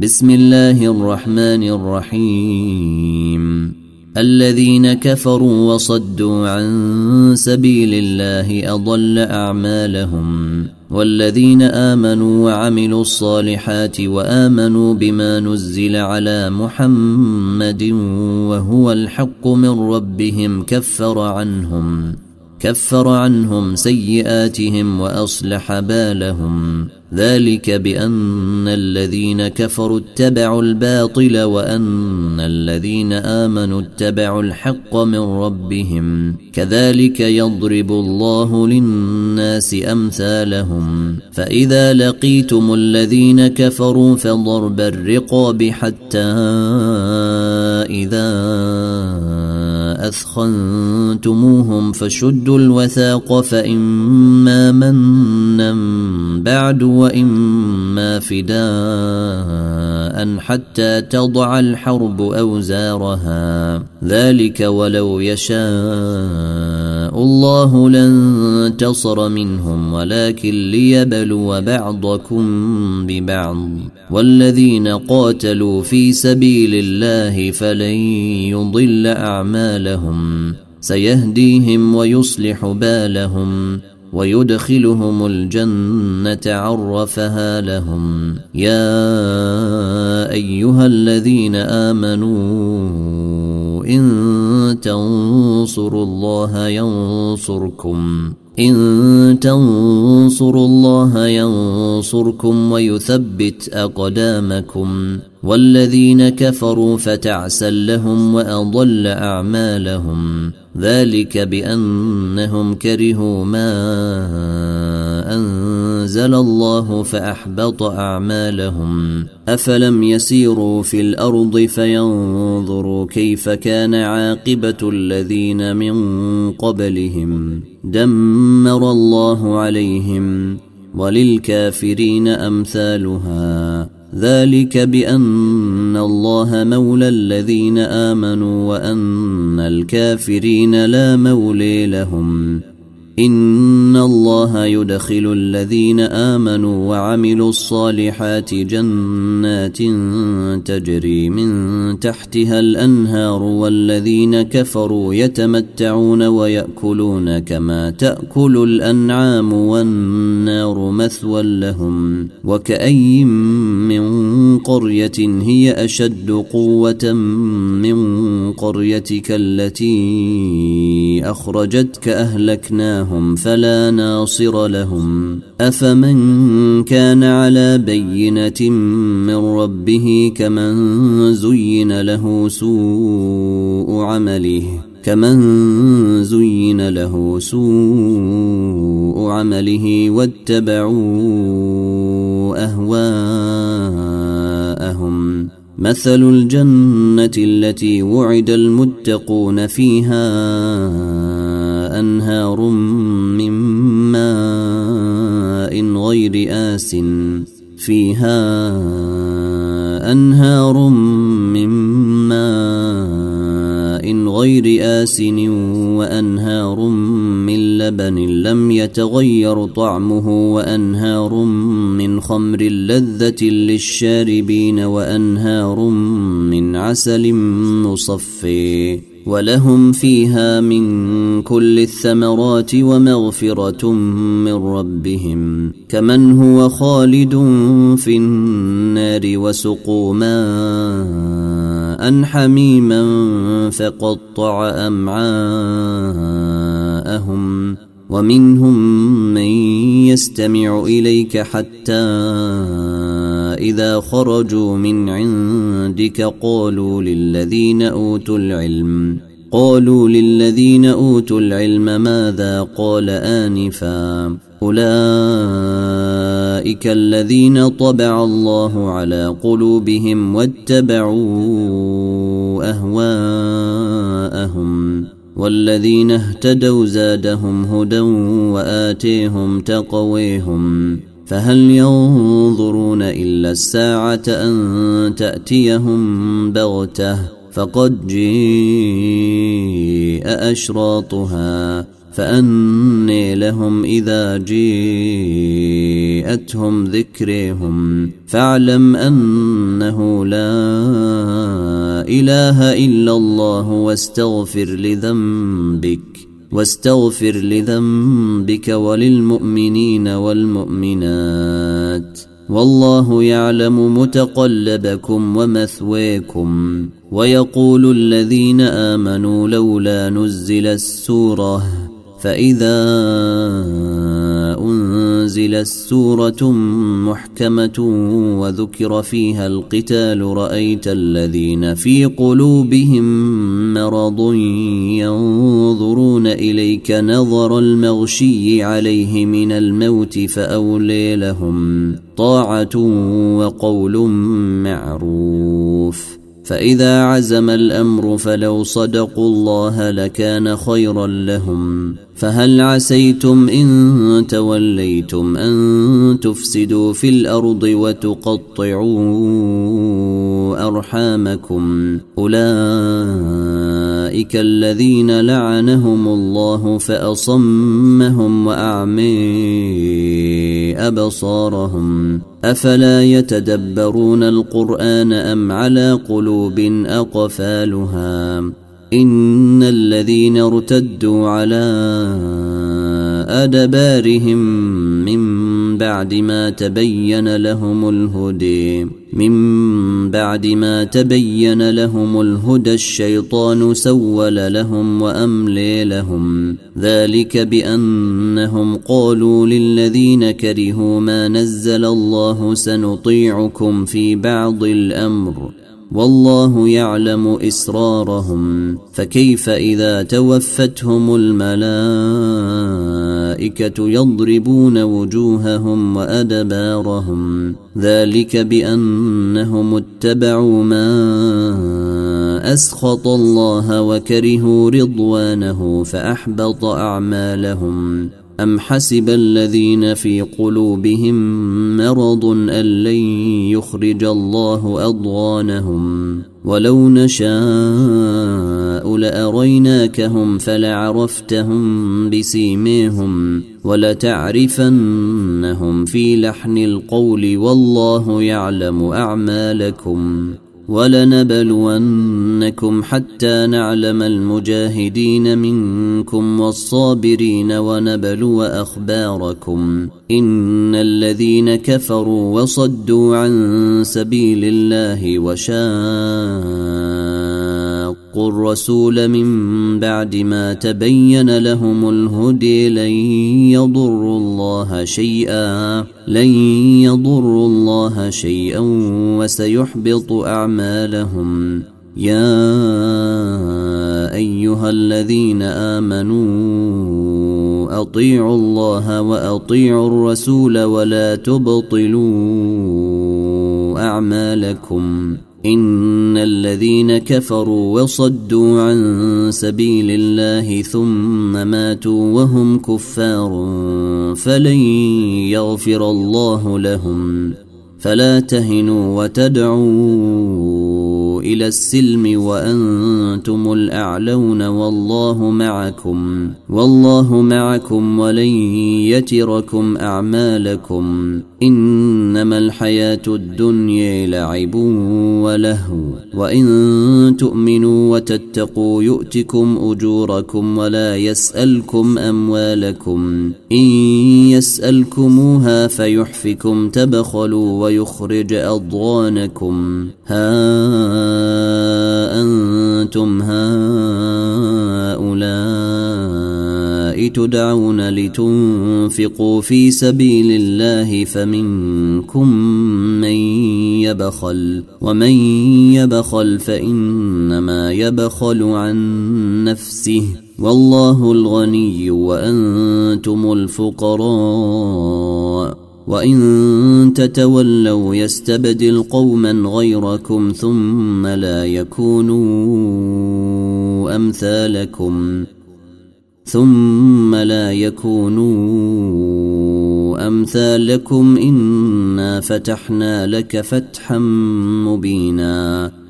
بسم الله الرحمن الرحيم. الذين كفروا وصدوا عن سبيل الله أضل أعمالهم، والذين آمنوا وعملوا الصالحات وآمنوا بما نزل على محمد وهو الحق من ربهم كفر عنهم سيئاتهم وأصلح بالهم. ذلك بأن الذين كفروا اتبعوا الباطل وأن الذين آمنوا اتبعوا الحق من ربهم، كذلك يضرب الله للناس أمثالهم. فإذا لقيتم الذين كفروا فضرب الرقاب حتى إذا أثخنتموهم فشدوا الوثاق، فإما منا بعد وإما فداء حتى تضع الحرب أوزارها. ذلك ولو يشاء الله لانتصر منهم، ولكن ليبلو بعضكم ببعض. والذين قاتلوا في سبيل الله فلن يضل أعمالهم، سيهديهم ويصلح بالهم ويدخلهم الجنة عرفها لهم. يا أيها الذين آمنوا إن تنصروا الله ينصركم ويثبت أقدامكم. والذين كفروا فتعسا لهم وأضل أعمالهم. ذلك بأنهم كرهوا ما أنزل الله فأحبط أعمالهم. أفلم يسيروا في الأرض فينظروا كيف كان عاقبة الذين من قبلهم، دمر الله عليهم وللكافرين أمثالها. ذلك بأن الله مولى الذين آمنوا وأن الكافرين لا مولي لهم. إن الله يدخل الذين آمنوا وعملوا الصالحات جنات تجري من تحتها الأنهار، والذين كفروا يتمتعون ويأكلون كما تأكل الأنعام والنار مثوى لهم. وكأي من قرية هي أشد قوة من قريتك التي أخرجتك أهلكناهم فلا ناصر لهم. أفمن كان على بينة من ربه كمن زين له سوء عمله واتبعوا أهواءهم. مثل الجنة التي وعد المتقون فيها أنهار من ماء غير آسن وأنهار من لبن لم يتغير طعمه وأنهار من خمر لذة للشاربين وأنهار من عسل مصفى، ولهم فيها من كل الثمرات ومغفرة من ربهم، كمن هو خالد في النار وسقوا ماء حميما فقطع أمعاءهم. ومنهم من يستمع إليك حتى إذا خرجوا من عندك قالوا للذين أوتوا العلم ماذا قال آنفا. أولئك الذين طبع الله على قلوبهم واتبعوا أهواءهم. والذين اهتدوا زادهم هدى وآتيهم تقويهم. فهل ينظرون إلا الساعة أن تأتيهم بغتة، فقد جاء أشراطها. فأني لهم إذا جيءتهم ذكرهم فاعلم أنه لا إله إلا الله واستغفر لذنبك وللمؤمنين والمؤمنات والله يعلم متقلبكم ومثواكم. ويقول الذين آمنوا لولا نزل السورة فإذا أنزلت سورة محكمة وذكر فيها القتال رأيت الذين في قلوبهم مرض ينظرون إليك نظر المغشي عليه من الموت فأولي لهم طاعة وقول معروف. فإذا عزم الأمر فلو صدقوا الله لكان خيرا لهم. فهل عسيتم إن توليتم أن تفسدوا في الأرض وتقطعوا أرحامكم أولئك الذين لعنهم الله فأصمهم وأعمي أبصارهم أفلا يتدبرون القرآن أم على قلوب أقفالها إن الذين ارتدوا على أدبارهم من بعد ما تبين لهم الهدى الشيطان سول لهم وأملي لهم ذلك بأنهم قالوا للذين كرهوا ما نزل الله سنطيعكم في بعض الأمر والله يعلم إسرارهم فكيف إذا توفتهم الملائكة يضربون وجوههم وأدبارهم ذلك بأنهم اتبعوا ما أسخط الله وكرهوا رضوانه فأحبط أعمالهم. أم حسب الذين في قلوبهم مرض أن لن يخرج الله أضغانهم ولو نشاء لأريناكهم فلعرفتهم بسيماهم ولتعرفنهم في لحن القول والله يعلم أعمالكم. ولنبلونكم حتى نعلم المجاهدين منكم والصابرين ونبلو أخباركم إن الذين كفروا وصدوا عن سبيل الله وشاقوا الرسول من بعد ما تبين لهم الهدي لن يضروا الله شيئا وسيحبط أعمالهم. يا أيها الذين آمنوا أطيعوا الله وأطيعوا الرسول ولا تبطلوا أعمالكم إن الذين كفروا وصدوا عن سبيل الله ثم ماتوا وهم كفار فلن يغفر الله لهم. فلا تهنوا وتدعوا إلى السلم وأنتم الأعلون والله معكم ولن يتركم أعمالكم. إنما الحياة الدنيا لعب ولهو وإن تؤمنوا وتتقوا يؤتكم أجوركم ولا يسألكم أموالكم إن يسألكموها فيحفكم تبخلوا ويخرج أضغانكم. ها أنتم هؤلاء تدعون لتنفقوا في سبيل الله فمنكم من يبخل ومن يبخل فإنما يبخل عن نفسه والله الغني وأنتم الفقراء وإن تتولوا يستبدل قوما غيركم ثم لا يكونوا أمثالكم إنا فتحنا لك فتحا مبينا